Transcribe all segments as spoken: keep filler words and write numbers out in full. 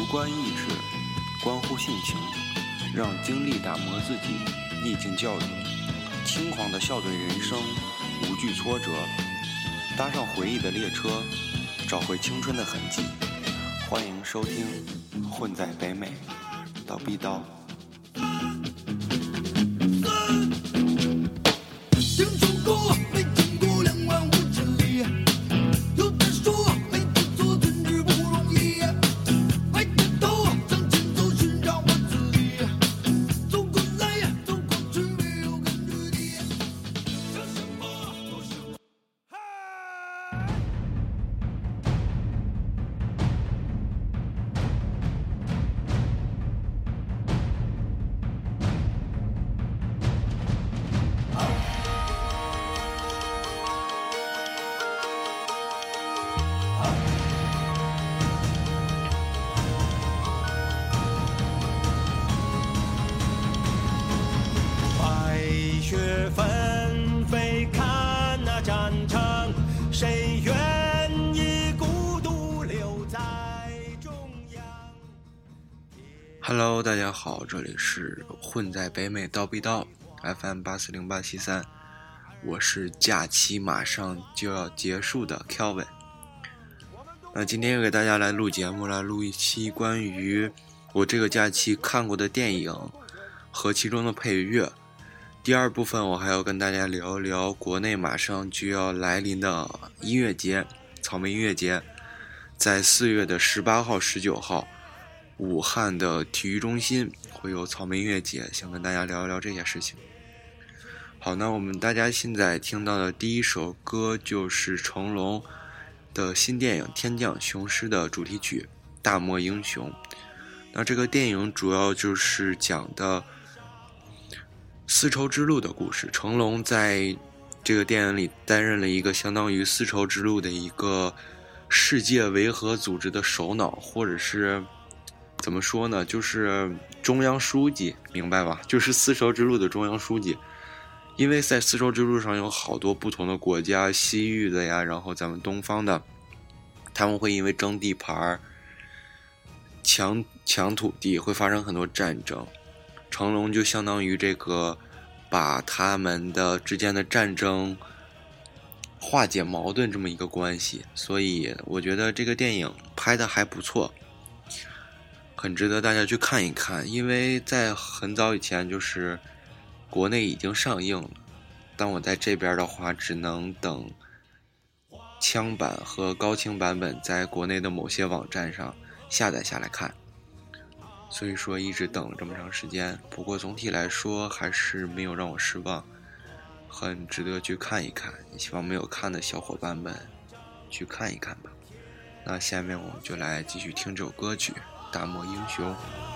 观意志，关乎性情，让经历打磨自己，逆境教育，轻狂地笑对人生，无惧挫折，搭上回忆的列车，找回青春的痕迹。欢迎收听《混在北美》，叨逼叨。Hello， 大家好，这里是混在北美叨逼叨 F M 八四零八七三，我是假期马上就要结束的 Kelvin。那今天又给大家来录节目，来录一期关于我这个假期看过的电影和其中的配乐。第二部分我还要跟大家聊一聊国内马上就要来临的音乐节，草莓音乐节，在四月的十八号、十九号。武汉的体育中心会有草莓音乐节，想跟大家聊一聊这些事情。好，那我们大家现在听到的第一首歌就是成龙的新电影《天降雄狮》的主题曲《大漠英雄》。那这个电影主要就是讲的丝绸之路的故事，成龙在这个电影里担任了一个相当于丝绸之路的一个世界维和组织的首脑，或者是怎么说呢，就是中央书记，明白吧？就是丝绸之路的中央书记。因为在丝绸之路上有好多不同的国家，西域的呀，然后咱们东方的，他们会因为争地盘、抢抢土地，会发生很多战争。成龙就相当于这个把他们的之间的战争化解矛盾这么一个关系，所以我觉得这个电影拍得还不错，很值得大家去看一看。因为在很早以前就是国内已经上映了，但我在这边的话只能等枪版和高清版本在国内的某些网站上下载下来看，所以说一直等了这么长时间。不过总体来说还是没有让我失望，很值得去看一看，希望没有看的小伙伴们去看一看吧。那下面我们就来继续听这首歌曲大漠英雄。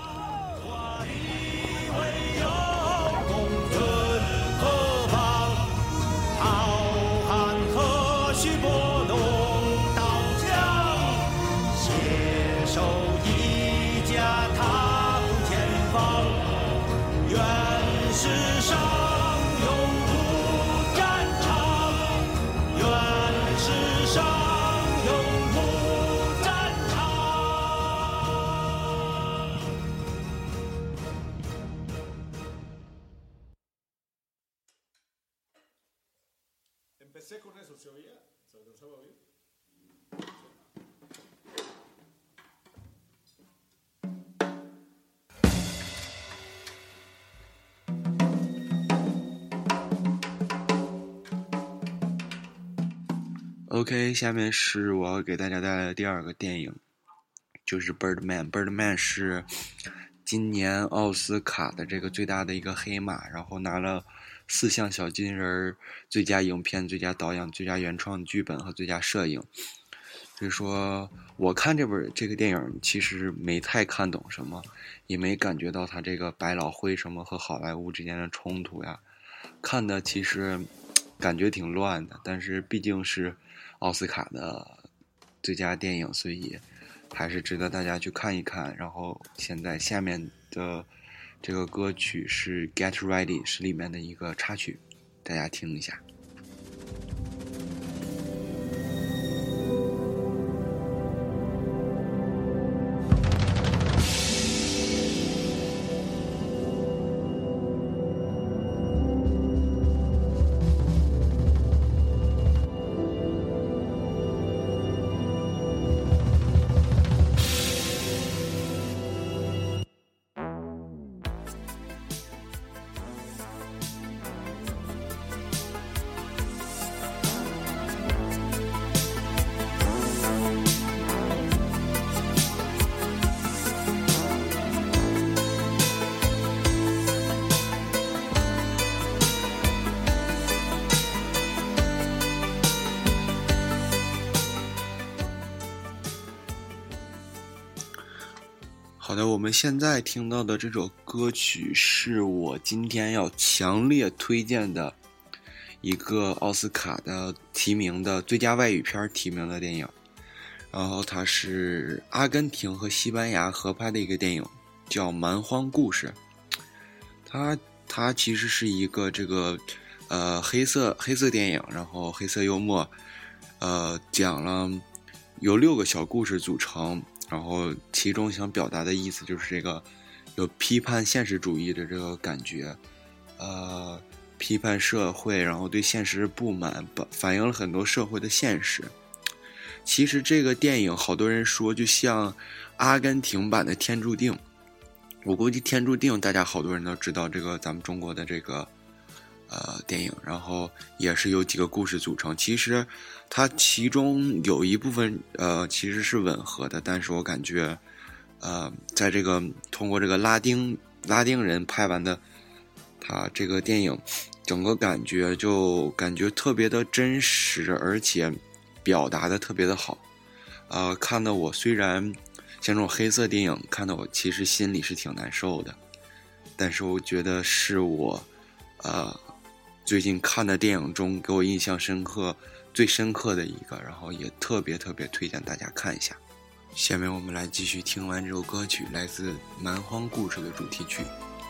Empecé con eso, ¿se oía? ¿Se alcanzaba a oír? OK， 下面是我要给大家带来的第二个电影，就是 Birdman。Birdman 是今年奥斯卡的这个最大的一个黑马，然后拿了四项小金人，最佳影片、最佳导演、最佳原创剧本和最佳摄影。所以说我看这本这个电影其实没太看懂什么，也没感觉到他这个百老汇什么和好莱坞之间的冲突呀，看的其实感觉挺乱的，但是毕竟是奥斯卡的最佳电影，所以还是值得大家去看一看。然后现在下面的这个歌曲是 Get Ready， 是里面的一个插曲，大家听一下。 好的，我们现在听到的这首歌曲是我今天要强烈推荐的一个奥斯卡的提名的最佳外语片提名的电影，然后它是阿根廷和西班牙合拍的一个电影，叫《蛮荒故事》。它它其实是一个这个呃黑色黑色电影，然后黑色幽默，呃讲了由六个小故事组成，然后其中想表达的意思就是这个有批判现实主义的这个感觉，呃批判社会，然后对现实不满，反映了很多社会的现实。其实这个电影好多人说就像阿根廷版的天注定，我估计天注定大家好多人都知道，这个咱们中国的这个呃电影，然后也是由几个故事组成，其实它其中有一部分呃其实是吻合的，但是我感觉呃在这个通过这个拉丁拉丁人拍完的它这个电影，整个感觉就感觉特别的真实，而且表达的特别的好，呃看得我虽然像这种黑色电影看得我其实心里是挺难受的，但是我觉得是我呃最近看的电影中给我印象深刻最深刻的一个，然后也特别特别推荐大家看一下。下面我们来继续听完这首歌曲，来自《蛮荒故事》的主题曲。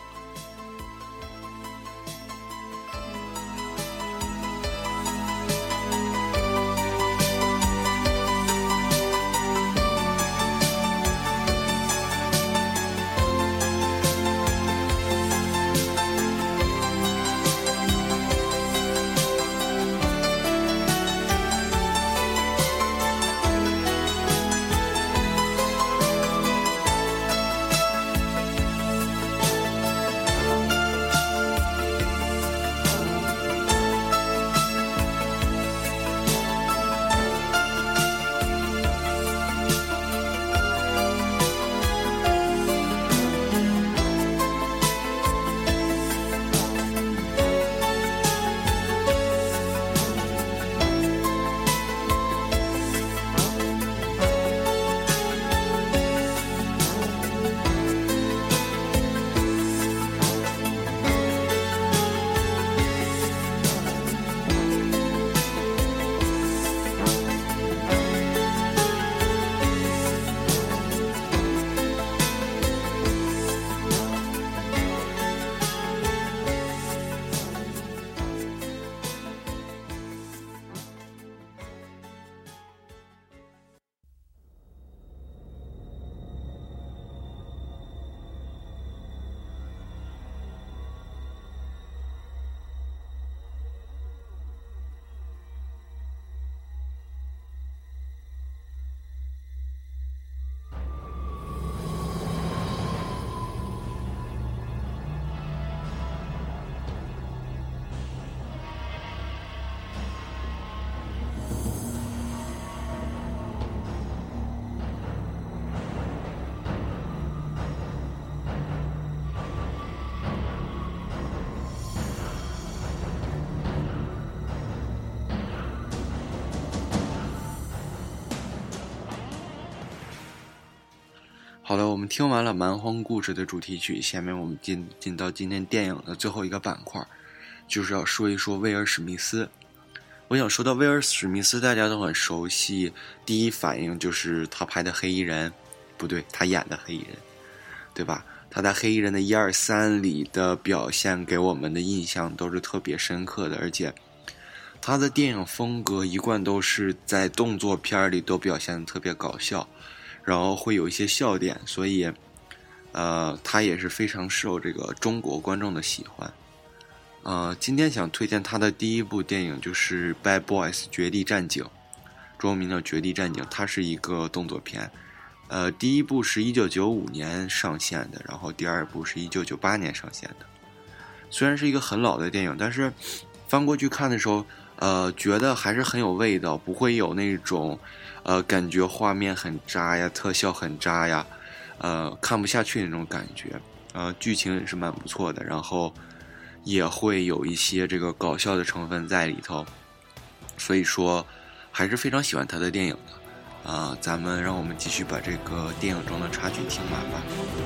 好的，我们听完了《蛮荒故事》的主题曲，下面我们进进到今天电影的最后一个板块，就是要说一说威尔史密斯。我想说到威尔史密斯，大家都很熟悉，第一反应就是他拍的《黑衣人》，不对，他演的《黑衣人》，对吧？他在《黑衣人》的一二三里的表现给我们的印象都是特别深刻的，而且他的电影风格一贯都是在动作片里都表现得特别搞笑，然后会有一些笑点，所以呃，他也是非常受这个中国观众的喜欢。呃，今天想推荐他的第一部电影就是《Bad Boys》绝地战警，中文名叫《绝地战警》，它是一个动作片。呃，第一部是一九九五年上线的，然后第二部是一九九八年上线的。虽然是一个很老的电影，但是翻过去看的时候，呃，觉得还是很有味道，不会有那种呃感觉画面很渣呀，特效很渣呀，呃看不下去那种感觉。呃，剧情也是蛮不错的，然后也会有一些这个搞笑的成分在里头，所以说还是非常喜欢他的电影的。 啊、呃，咱们让我们继续把这个电影中的插曲听完吧。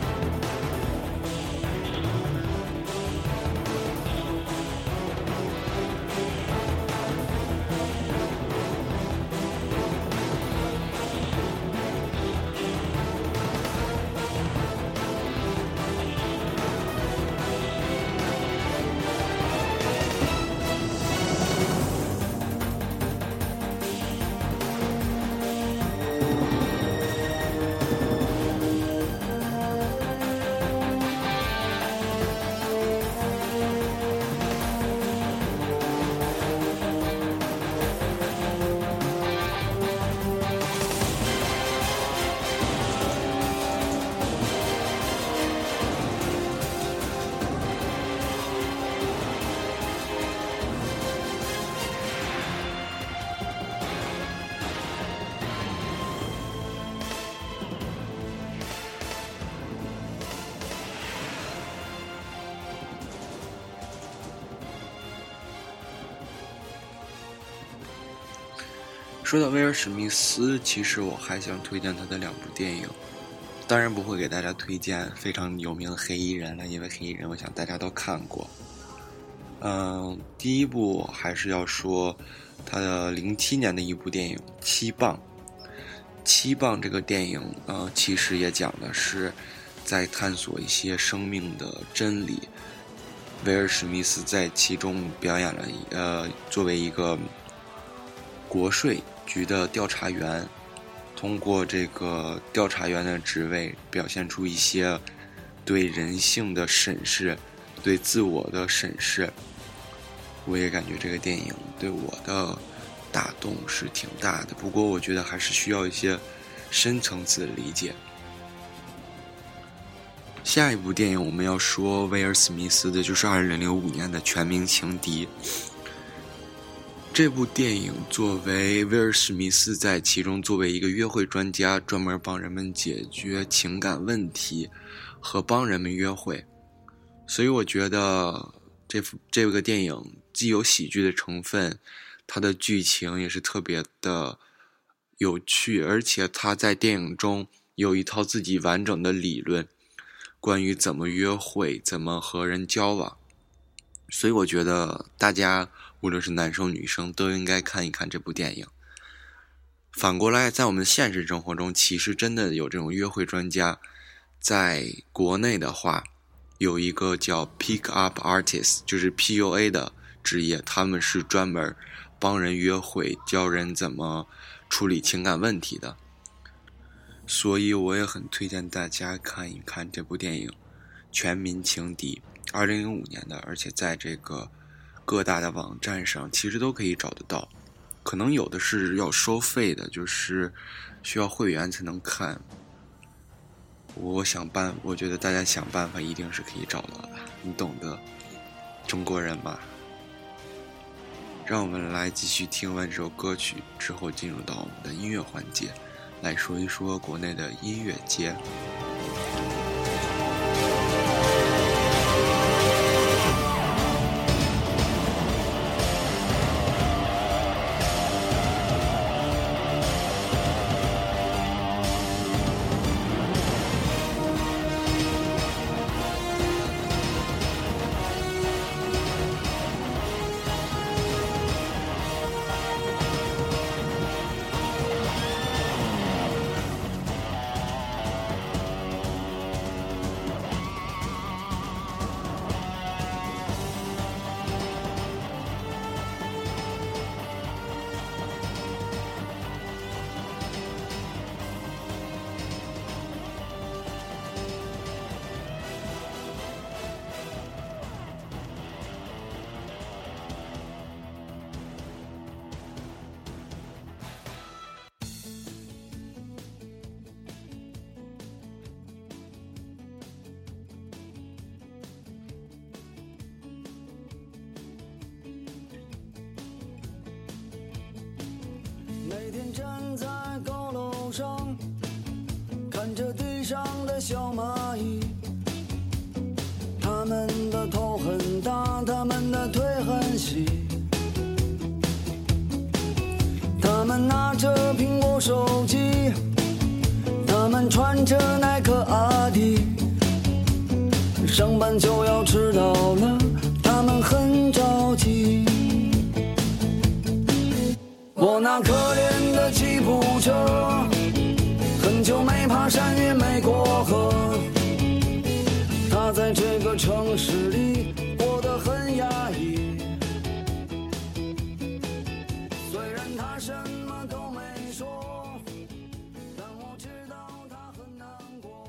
说到威尔史密斯，其实我还想推荐他的两部电影，当然不会给大家推荐非常有名的黑衣人了，因为黑衣人我想大家都看过。嗯，第一部还是要说他的零七年的一部电影《七磅》。七磅这个电影，呃，其实也讲的是在探索一些生命的真理。威尔史密斯在其中表演了，呃，作为一个国税局的调查员，通过这个调查员的职位表现出一些对人性的审视，对自我的审视。我也感觉这个电影对我的打动是挺大的，不过我觉得还是需要一些深层次的理解。下一部电影我们要说威尔史密斯的就是二零零五年的《全民情敌》。这部电影作为威尔史密斯在其中作为一个约会专家，专门帮人们解决情感问题和帮人们约会，所以我觉得这部这个电影既有喜剧的成分，它的剧情也是特别的有趣，而且它在电影中有一套自己完整的理论，关于怎么约会，怎么和人交往，所以我觉得大家无论是男生女生都应该看一看这部电影。反过来，在我们现实生活中，其实真的有这种约会专家。在国内的话，有一个叫 Pick Up Artist， 就是 P U A 的职业，他们是专门帮人约会，教人怎么处理情感问题的。所以我也很推荐大家看一看这部电影《全民情敌》，二零零五年的，而且在这个各大的网站上其实都可以找得到，可能有的是要收费的，就是需要会员才能看。我想办，我觉得大家想办法一定是可以找到的，你懂得，中国人嘛。让我们来继续听完这首歌曲之后，进入到我们的音乐环节，来说一说国内的音乐节。 每天站在高楼上，看着地上的小蚂蚁，它们的头很大，它们的腿很细，它们们拿着苹果手机，他们穿着耐克阿迪，上班就要迟到了，他们很着急。我那可怜的吉普车，很久没爬山也没过河，他在这个城市里过得很压抑，虽然他什么都没说，但我知道他很难过。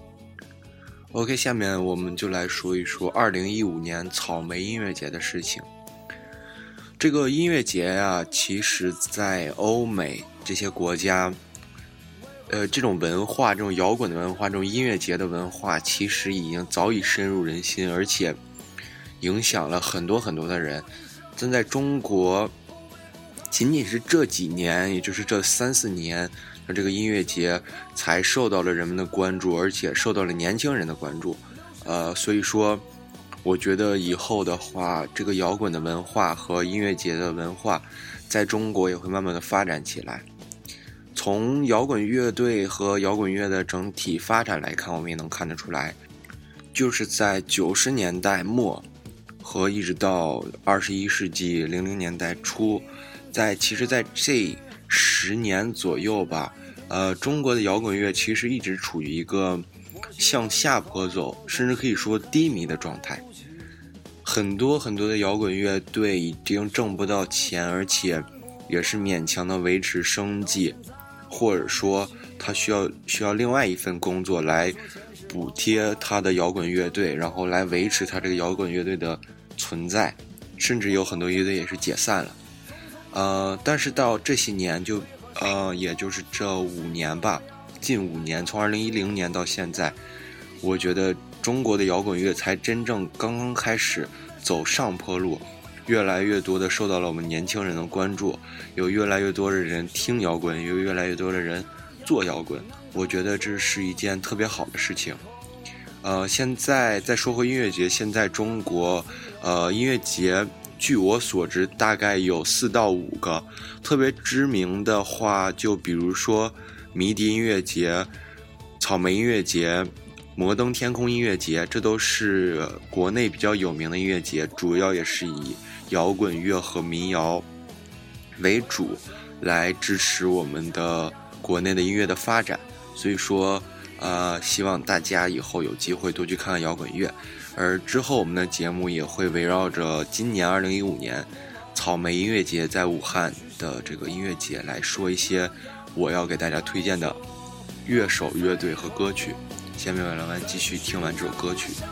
OK， 下面我们就来说一说二零一五年草莓音乐节的事情。这个音乐节啊，其实在欧美这些国家，呃，这种文化，这种摇滚的文化，这种音乐节的文化，其实已经早已深入人心，而且影响了很多很多的人。但在中国，仅仅是这几年，也就是这三四年，这个音乐节才受到了人们的关注，而且受到了年轻人的关注。呃，所以说，我觉得以后的话，这个摇滚的文化和音乐节的文化，在中国也会慢慢的发展起来。从摇滚乐队和摇滚乐的整体发展来看，我们也能看得出来，就是在九十年代末和一直到二十一世纪零零年代初，在其实在这十年左右吧，呃，中国的摇滚乐其实一直处于一个向下坡走，甚至可以说低迷的状态。很多很多的摇滚乐队已经挣不到钱，而且也是勉强的维持生计，或者说他需要需要另外一份工作来补贴他的摇滚乐队，然后来维持他这个摇滚乐队的存在，甚至有很多乐队也是解散了。呃，但是到这些年就呃，也就是这五年吧，近五年，从二零一零年到现在，我觉得中国的摇滚乐才真正刚刚开始走上坡路，越来越多的受到了我们年轻人的关注，有越来越多的人听摇滚，有越来越多的人做摇滚，我觉得这是一件特别好的事情。呃，现在再说回音乐节，现在中国呃音乐节据我所知大概有四到五个，特别知名的话就比如说迷笛音乐节、草莓音乐节、摩登天空音乐节，这都是国内比较有名的音乐节，主要也是以摇滚乐和民谣为主来支持我们的国内的音乐的发展。所以说呃，希望大家以后有机会多去看看摇滚乐。而之后我们的节目也会围绕着今年二零一五年草莓音乐节在武汉的这个音乐节来说一些我要给大家推荐的乐手、乐队和歌曲。下面我们继续听完这首歌曲。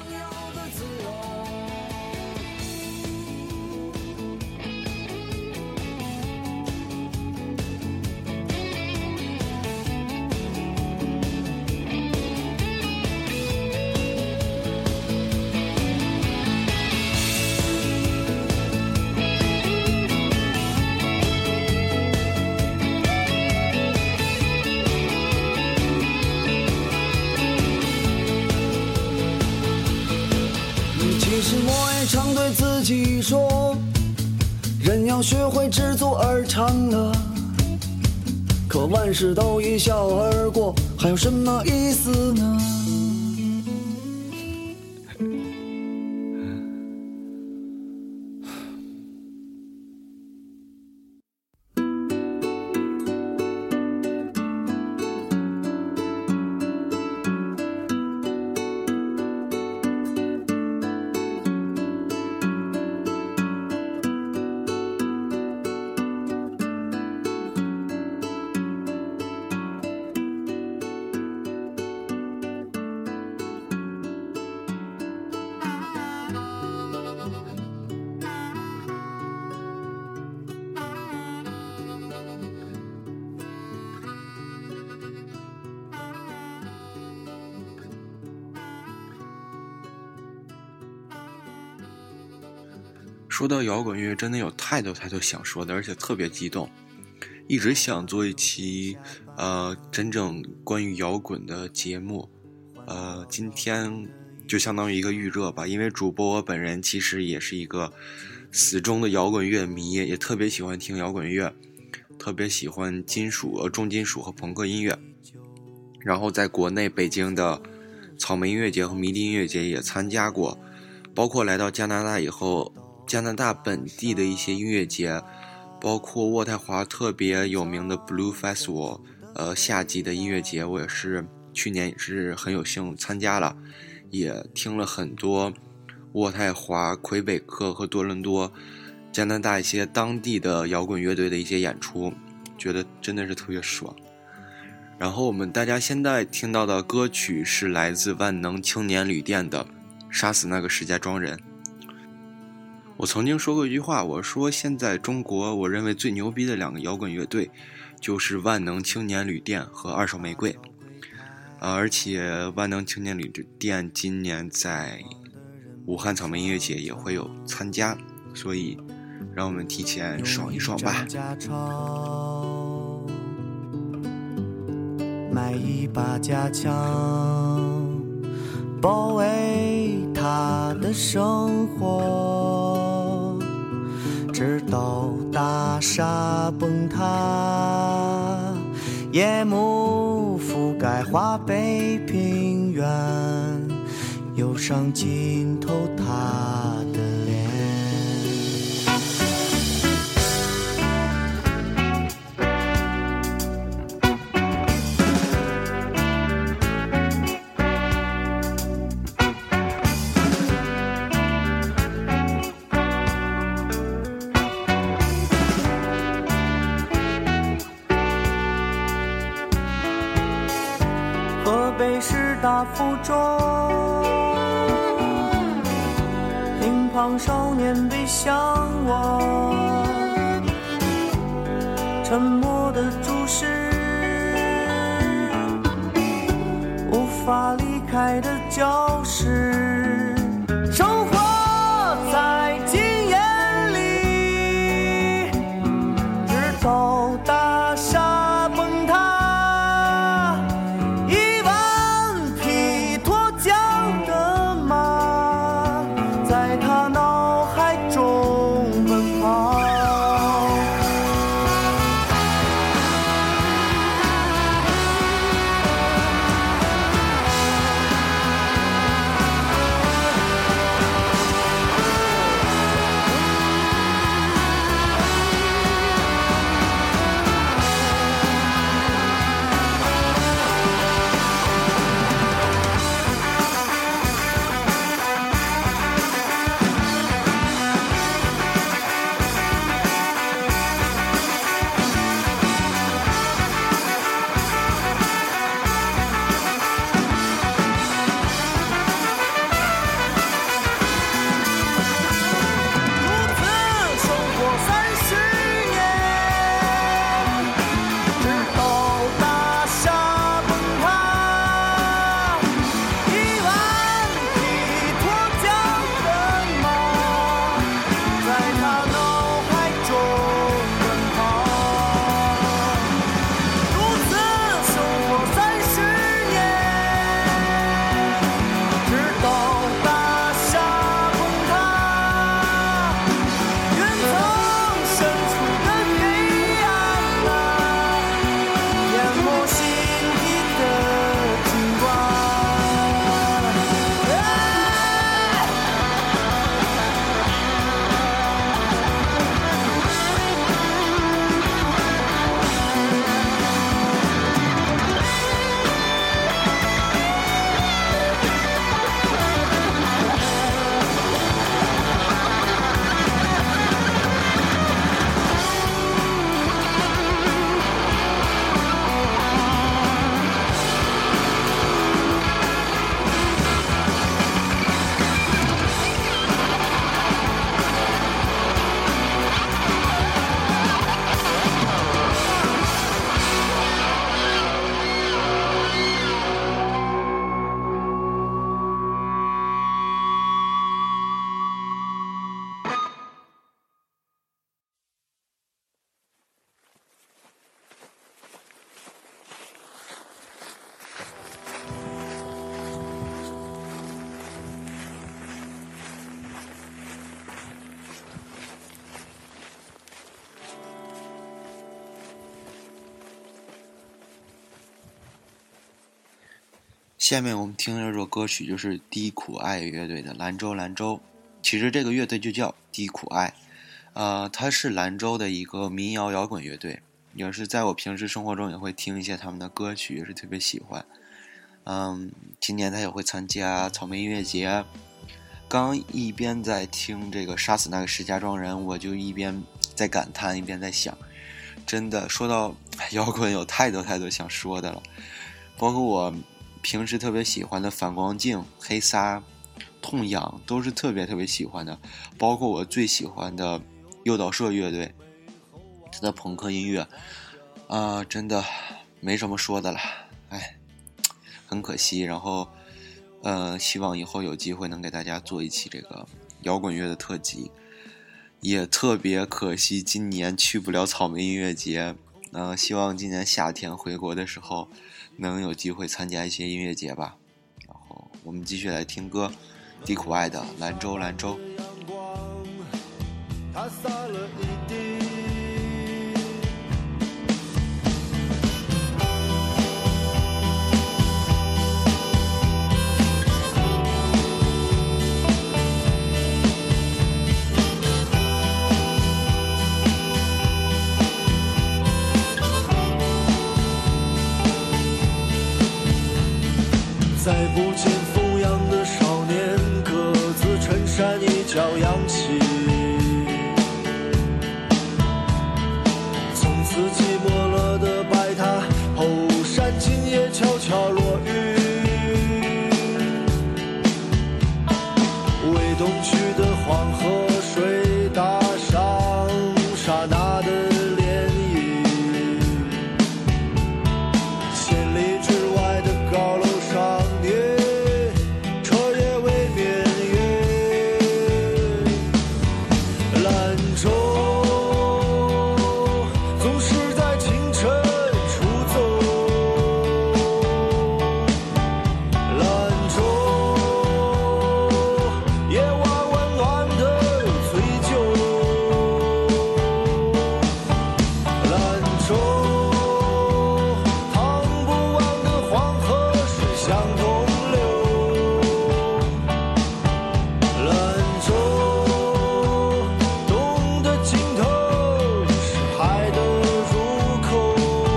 其实我也常对自己说，人要学会知足而常乐，可万事都一笑而过，还有什么意思呢？ 说到摇滚乐，真的有太多太多想说的，而且特别激动，一直想做一期呃真正关于摇滚的节目。呃，今天就相当于一个预热吧，因为主播我本人其实也是一个死忠的摇滚乐迷，也特别喜欢听摇滚乐，特特别喜欢金属、呃重金属和朋克音乐。然后在国内北京的草莓音乐节和迷笛音乐节也参加过，包括来到加拿大以后，加拿大本地的一些音乐节，包括渥太华特别有名的 Blue Festival， 呃，夏季的音乐节，我也是去年也是很有幸参加了，也听了很多渥太华、魁北克和多伦多加拿大一些当地的摇滚乐队的一些演出，觉得真的是特别爽。然后我们大家现在听到的歌曲是来自万能青年旅店的《杀死那个石家庄人》。我曾经说过一句话，我说现在中国我认为最牛逼的两个摇滚乐队就是万能青年旅店和二手玫瑰，呃、而且万能青年旅店今年在武汉草莓音乐节也会有参加，所以让我们提前爽一爽吧。 买一把家枪，保卫他的生活，直到大厦崩塌，夜幕覆盖华北平原，忧伤浸透他的脸。河北师大附中，乒乓少年背向我，沉默的注视，无法离开的教室，生活在禁烟里，直到大厦崩塌，一万匹脱缰的马在他脑海中奔跑。 下面我们听的这首歌曲就是低苦爱乐队的《兰州兰州》，其实这个乐队就叫低苦爱，呃，它是兰州的一个民谣摇滚乐队，也是在我平时生活中也会听一些他们的歌曲，也是特别喜欢。嗯，今年他也会参加草莓音乐节。刚一边在听这个杀死那个石家庄人，我就一边在感叹，一边在想，真的说到摇滚有太多太多想说的了，包括我平时特别喜欢的反光镜、黑撒、痛痒都是特别特别喜欢的，包括我最喜欢的诱导社乐队，他的朋克音乐啊、呃，真的没什么说的了，哎，很可惜。然后呃，希望以后有机会能给大家做一期这个摇滚乐的特辑，也特别可惜今年去不了草莓音乐节，呃，希望今年夏天回国的时候能有机会参加一些音乐节吧。然后我们继续来听歌，低苦爱的《兰州兰州》。 它洒了一地，再不见风扬的少年，各自衬衫一角扬起，从此寂寞了的白塔后山今夜悄悄落雨，为东去的黄河水打上刹那的涟漪，千里之外的高楼上车也未眠月，兰州总是在清晨出走，兰州夜晚温暖的醉酒，兰州淌不完的黄河水向东流，兰州东的尽头是海的入口。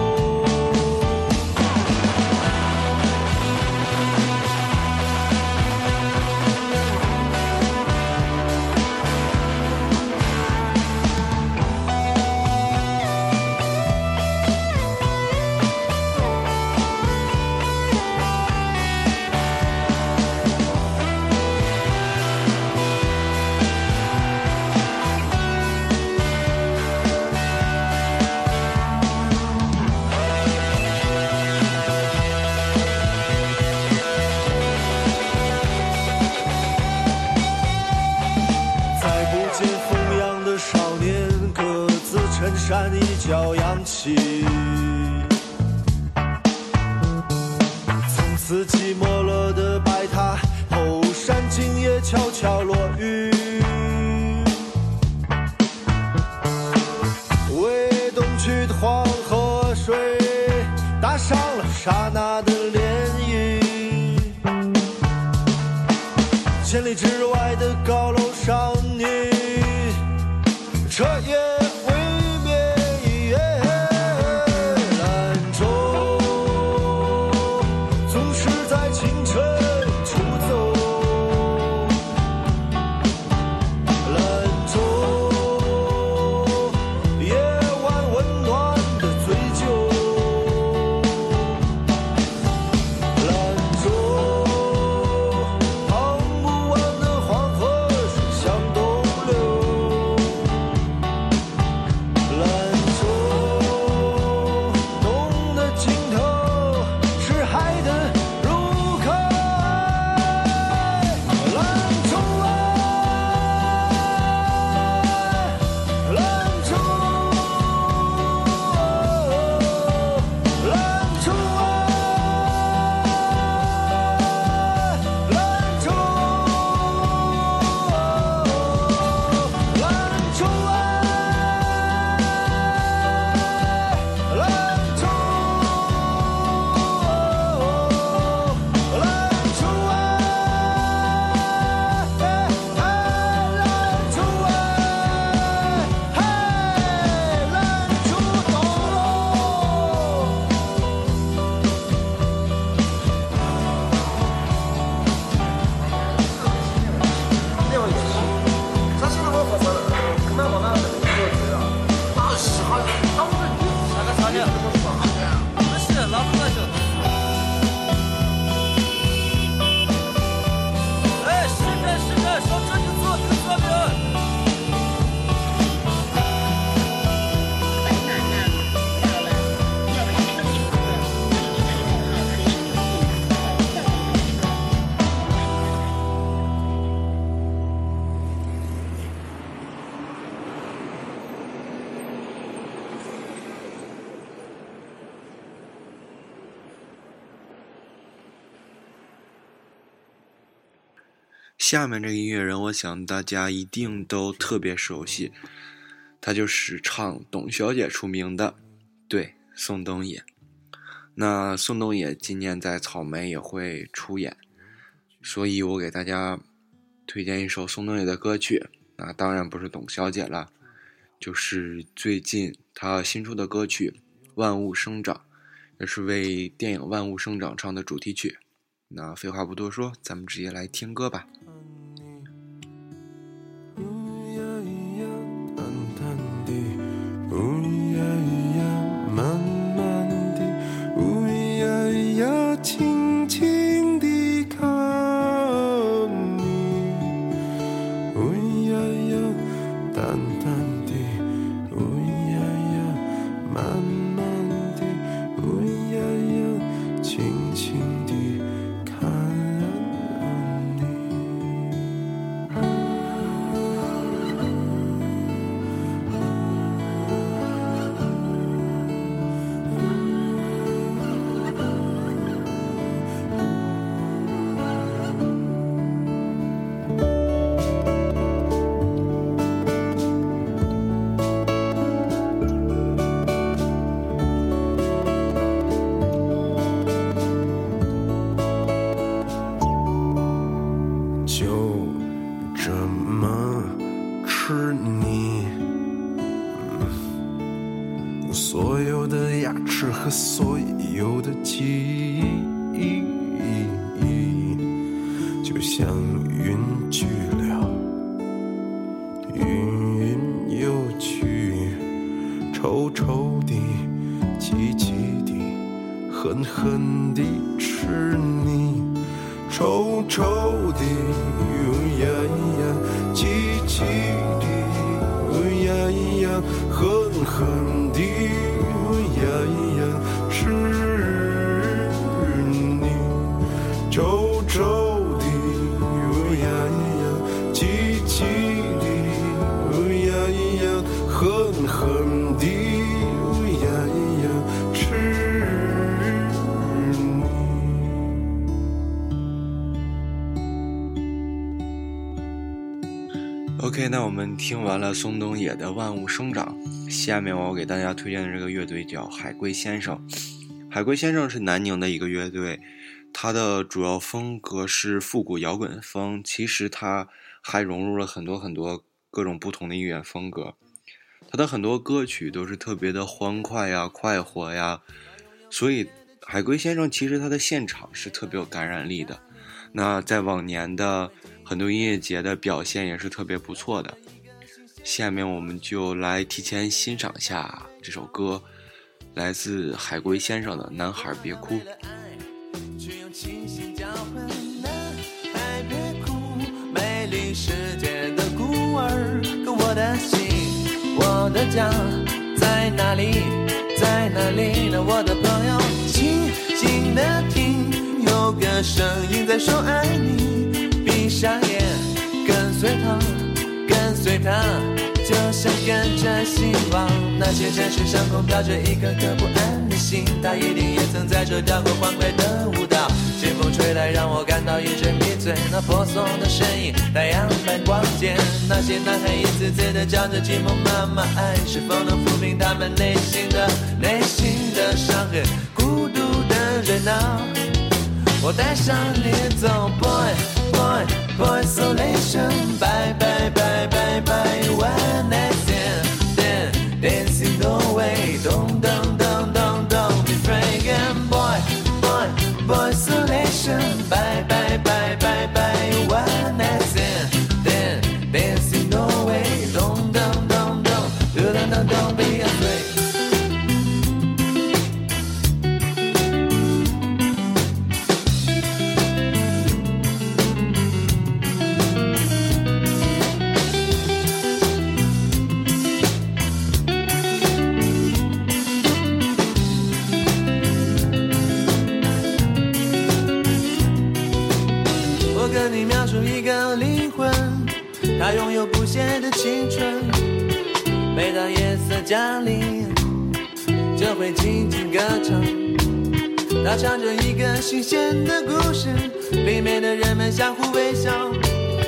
再不见风扬的少年，各自衬衫一角扬起，从此寂寞了的白塔后山今夜悄悄落雨，为东去的黄河水打上了刹那的涟漪，千里之外的高楼上你彻夜未眠，兰州总是在清晨出走，兰州夜晚温暖的醉酒，兰州淌不完的黄河下面这个音乐人，我想大家一定都特别熟悉，他就是唱《董小姐》出名的，对，宋冬野。那宋冬野今年在草莓也会出演，所以我给大家推荐一首宋冬野的歌曲，那当然不是董小姐了，就是最近他新出的歌曲《万物生长》，也是为电影《万物生长》唱的主题曲。那废话不多说，咱们直接来听歌吧。 轻轻地看你，呜呀呀，淡淡地，呜呀呀，慢慢地，呜呀呀，轻轻地看你。所有的牙齿和所有的记忆，就像云去了，云云又去，臭臭的，急急的，狠狠地吃你，臭臭的，呀呀，急急的，呀呀，狠狠地。呀呀，是你，臭臭的，呀呀，急急的，呀呀，狠狠的，呀呀，是你。 OK， 那我们听完了宋冬野的《万物生长》。下面我给大家推荐的这个乐队叫海龟先生。海龟先生是南宁的一个乐队，它的主要风格是复古摇滚风，其实它还融入了很多很多各种不同的音乐风格。它的很多歌曲都是特别的欢快呀、快活呀，所以海龟先生其实他的现场是特别有感染力的。那在往年的很多音乐节的表现也是特别不错的。下面我们就来提前欣赏一下这首歌，来自海龟先生的《男孩别哭》。 去用清醒交换，男孩别哭，美丽世界的孤儿，可我的心，我的家在哪里？在哪里呢？我的朋友，静静的听，有个声音在说爱你，闭上眼，跟随他。跟随他，就像跟着希望。那些城市上空飘着一颗颗不安的心，他一定也曾在这跳过欢快的舞蹈。清风吹来，让我感到一阵迷醉。那婆娑的身影，太阳般光洁。那些男孩一次次的叫着寂寞妈妈爱，是否能抚平他们内心的内心的伤痕？孤独的热闹，我带上你走 ，boy boy boy isolation， bye bye bye bye bye one night stand then dancing the way， don't don't don't don't don't be afraid again， boy boy boy isolation， bye bye bye bye bye one night stand then dancing the way， don't don't don't don't don't don't don't be afraid。跟你描述一个灵魂，它拥有不懈的青春，每当夜色降临就会静静歌唱。它唱着一个新鲜的故事，里面的人们相互微笑，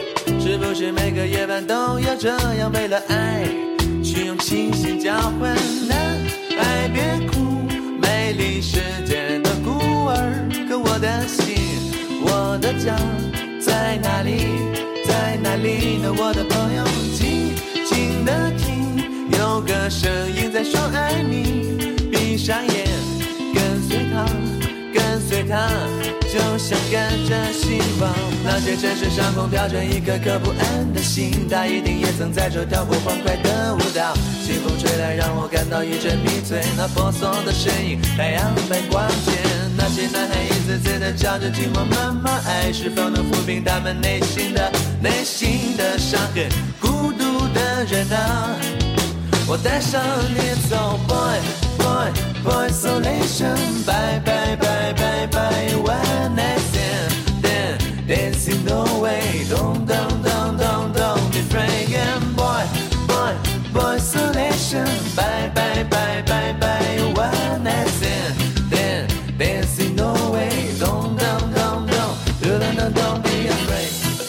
不是每个夜晚都要这样为了爱去用清醒交换？男孩别哭，美丽世界的孤儿，可我的心，我的家在哪里？在哪里呢？我的朋友，静静地听，有个声音在说爱你。闭上眼，跟随他，跟随他，就像跟着星光。那些城市上空飘着一颗颗不安的心，他一定也曾在这跳过欢快的舞蹈。清风吹来，让我感到一阵迷醉。那婆娑的身影，太阳般光洁。那些男孩一次次地叫着寂寞妈妈，爱是否能抚平他们内心的内心的伤痕？孤独的人啊，我带上你走 ，boy boy boy isolation， bye bye bye bye bye one night stand，then dancing the way， don't don't don't don't don't be frightened boy boy boy isolation， bye bye bye bye bye one night stand，then dancing the way， don't don't don't don't don't don't don't be afraid。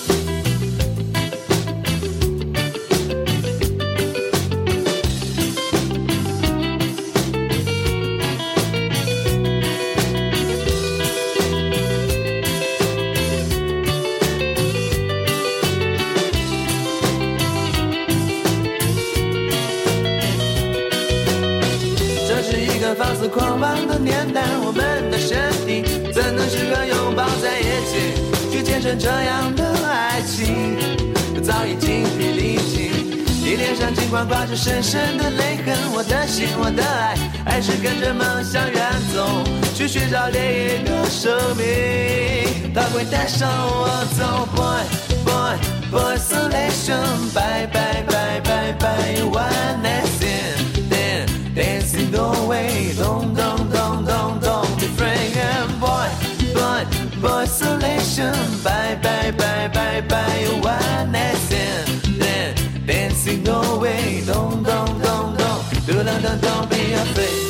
放肆狂妄的年代，我们的身体怎能适合拥抱在一起，去见证这样的爱情？早已精疲力尽，你脸上尽管挂着深深的泪痕。我的心，我的爱，还是跟着梦想远走，去寻找另一个生命。它会带上我走 ，boy boy boy isolation， bye bye bye bye bye one night stand。Dancing the way, don't, don't, don't, don't, don't be frightened, boy, boy, boy isolation, bye, bye, bye, bye, bye, one night stand, then dancing the way, don't, don't, don't, don't, don't, don't, don't be afraid.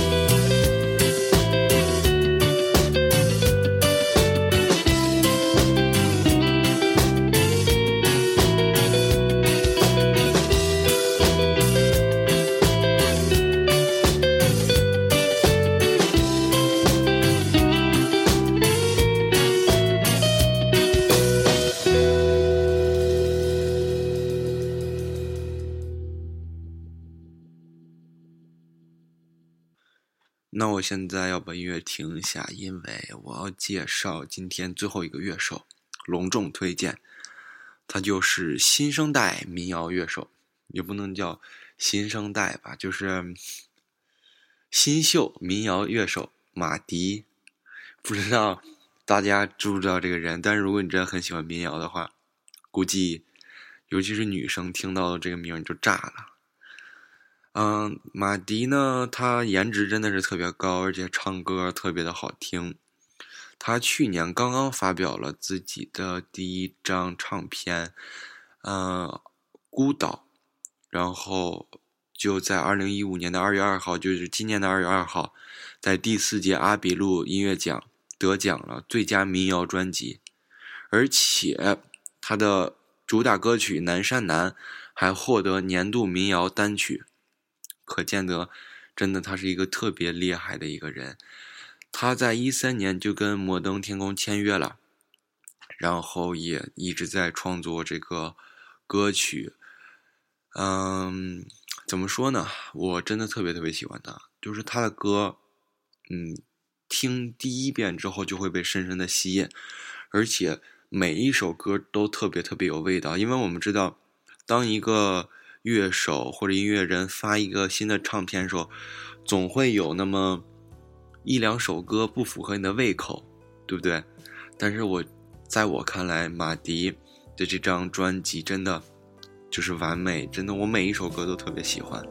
那我现在要把音乐停一下，因为我要介绍今天最后一个乐手，隆重推荐，他就是新生代民谣乐手，也不能叫新生代吧，就是新秀民谣乐手马迪。不知道大家知不知道这个人，但是如果你真的很喜欢民谣的话，估计尤其是女生听到这个名你就炸了。嗯，马迪呢，他颜值真的是特别高，而且唱歌特别的好听。他去年刚刚发表了自己的第一张唱片，呃，孤岛，然后就在二零一五年的二月二号，就是今年的二月二号，在第四届阿比路音乐奖得奖了最佳民谣专辑，而且他的主打歌曲《南山南》还获得年度民谣单曲。可见得真的他是一个特别厉害的一个人。他在一三年就跟摩登天空签约了，然后也一直在创作这个歌曲。嗯，怎么说呢，我真的特别特别喜欢他，就是他的歌嗯，听第一遍之后就会被深深的吸引，而且每一首歌都特别特别有味道。因为我们知道，当一个乐手或者音乐人发一个新的唱片的时候，总会有那么一两首歌不符合你的胃口，对不对？但是我在我看来，马迪的这张专辑真的就是完美，真的我每一首歌都特别喜欢。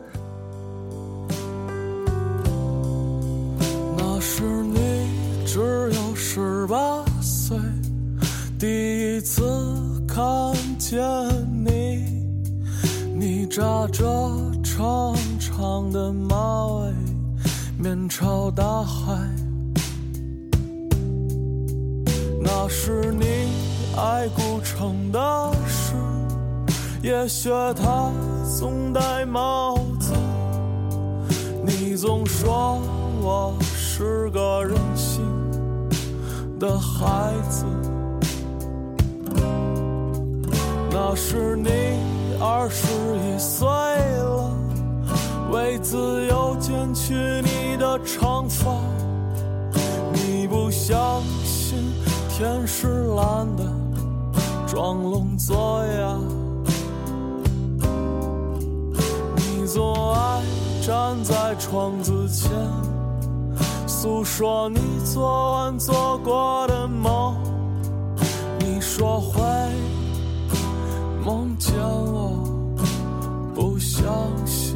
那是你只有十八岁，第一次看见你，你扎着长长的马尾，面朝大海。那是你爱古城的诗， 也学他总戴帽子。你总说我是个任性的孩子，那时你二十一岁了，为自由剪去你的长发。你不相信天是蓝的，装聋作哑。你总爱站在窗子前，诉说你昨晚做过的梦。你说会梦见我，不相信。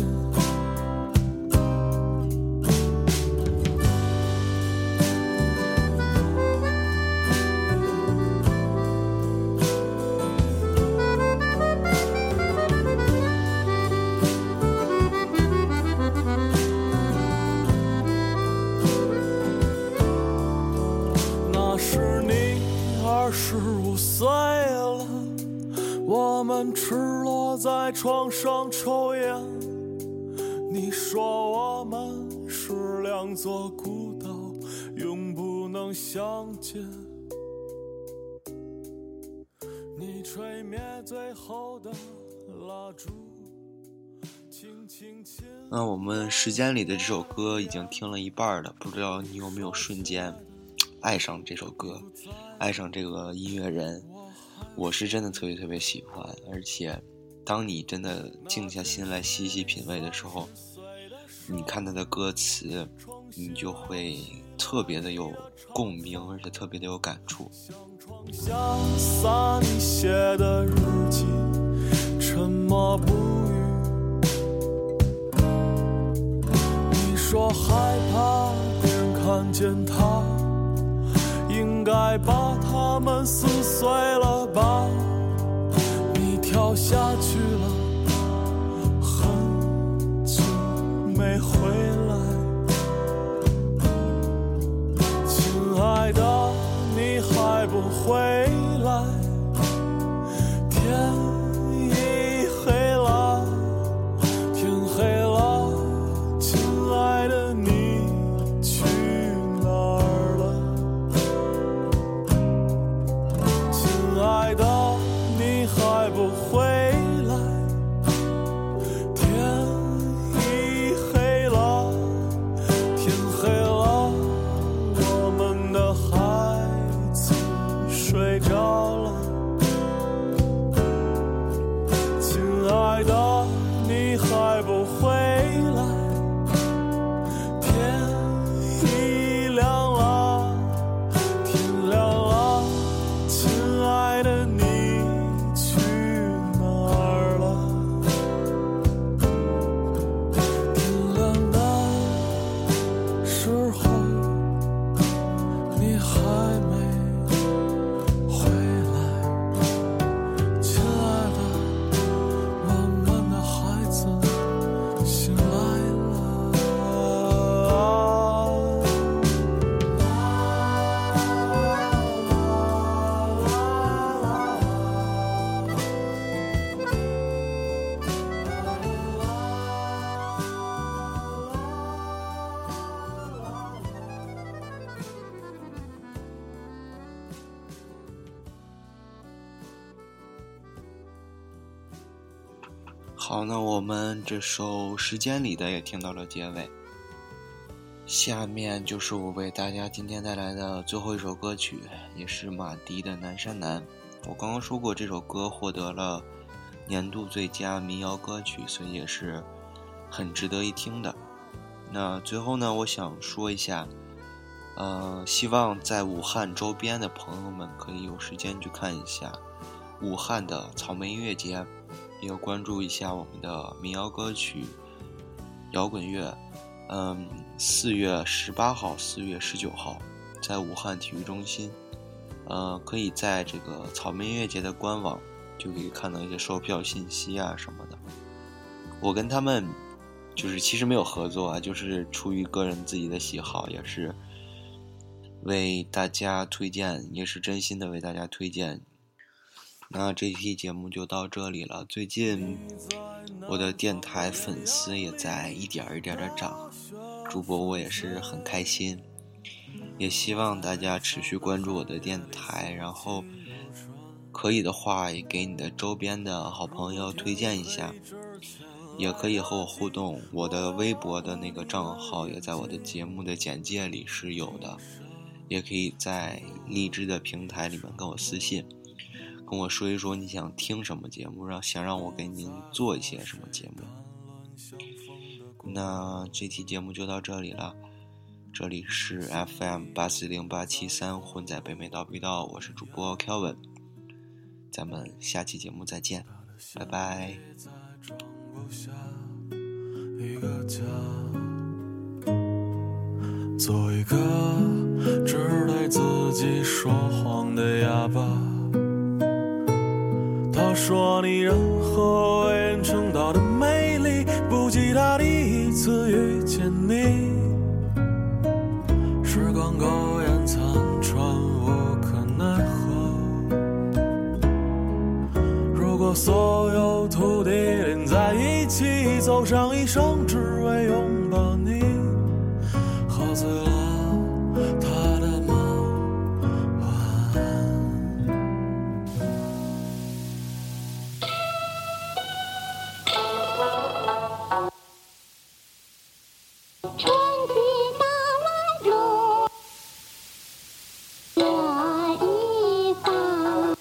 那时你二十五岁了，我们赤裸在床上抽烟。你说我们是两座孤岛，永不能相见。你吹灭最后的蜡烛，轻轻亲。 那我们时间里的这首歌已经听了一半了，不知道你有没有瞬间爱上这首歌，爱上这个音乐人。我是真的特别特别喜欢，而且当你真的静下心来细细品味的时候，你看他的歌词，你就会特别的有共鸣，而且特别的有感触。 下撒你写的日记，沉默不语。你说害怕别人看见他，应该把他们撕碎了吧。你跳下去了，很久没回来。亲爱的，你还不回来？天已黑了，天黑了，亲爱的，你去哪儿了？亲爱的，你还不回来？天已黑了，天黑了，我们的孩子睡着了。亲爱的，你还不回来？天已亮了，天亮了，亲爱的，你去哪儿了？天亮的时候，你还没回来。亲爱的，我们的孩子醒来了。 好，那我们这首《时间里的》也听到了结尾，下面就是我为大家今天带来的最后一首歌曲，也是马迪的《南山南》。我刚刚说过，这首歌获得了年度最佳民谣歌曲，所以也是很值得一听的。那最后呢，我想说一下，呃，希望在武汉周边的朋友们可以有时间去看一下武汉的草莓音乐节，也要关注一下我们的民谣歌曲、摇滚乐。嗯，四月十八号、四月十九号，在武汉体育中心，呃，可以在这个草莓音乐节的官网就可以看到一些售票信息啊什么的。我跟他们就是其实没有合作啊，就是出于个人自己的喜好，也是为大家推荐，也是真心的为大家推荐那这期节目就到这里了。最近我的电台粉丝也在一点一点的涨，主播我也是很开心，也希望大家持续关注我的电台，然后可以的话也给你的周边的好朋友推荐一下，也可以和我互动。我的微博的那个账号也在我的节目的简介里是有的，也可以在荔枝的平台里面跟我私信，跟我说一说你想听什么节目，让想让我给您做一些什么节目。那这期节目就到这里了，这里是 F M 八四零八七三混在北美道必道，我是主播 Kelvin， 咱们下期节目再见，拜拜。 一个家，做一个只对自己说谎的哑巴。他说你任何为人称道的美丽，不及他第一次遇见你。时光苟延残喘，无可奈何。如果所有土地连在一起，走上一生只为拥抱你，喝醉了他的梦，晚安。 春去大万种，这一方。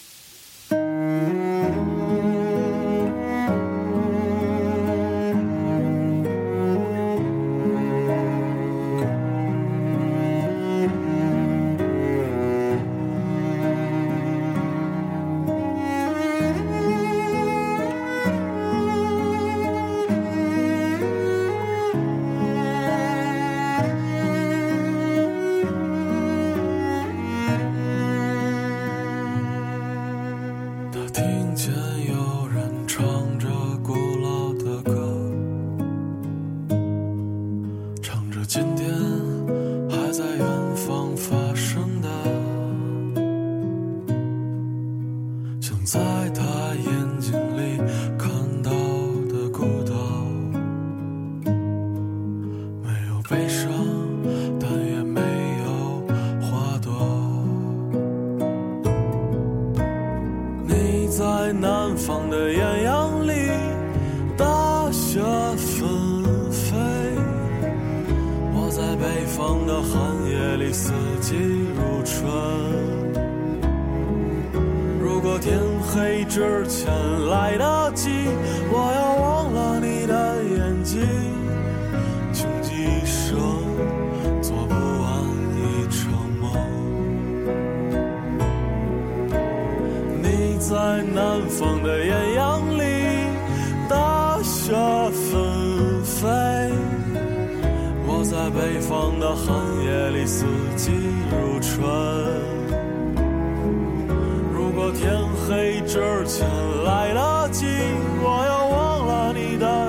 听见有人唱着古老的歌，唱着今天还在远方发生的，像在他眼睛里看到的孤岛，没有悲伤，但也没有花朵。你在南方的艳阳里，大雪纷飞，我在北方的寒夜里，四季如春。如果天黑之前来得及，我要忘了你的眼睛，穷极一生做不完一场梦。你在南方的艳阳里，大雪纷飞，我在北方的寒夜里，四季如春。如果天黑之前来得及，我要忘了你的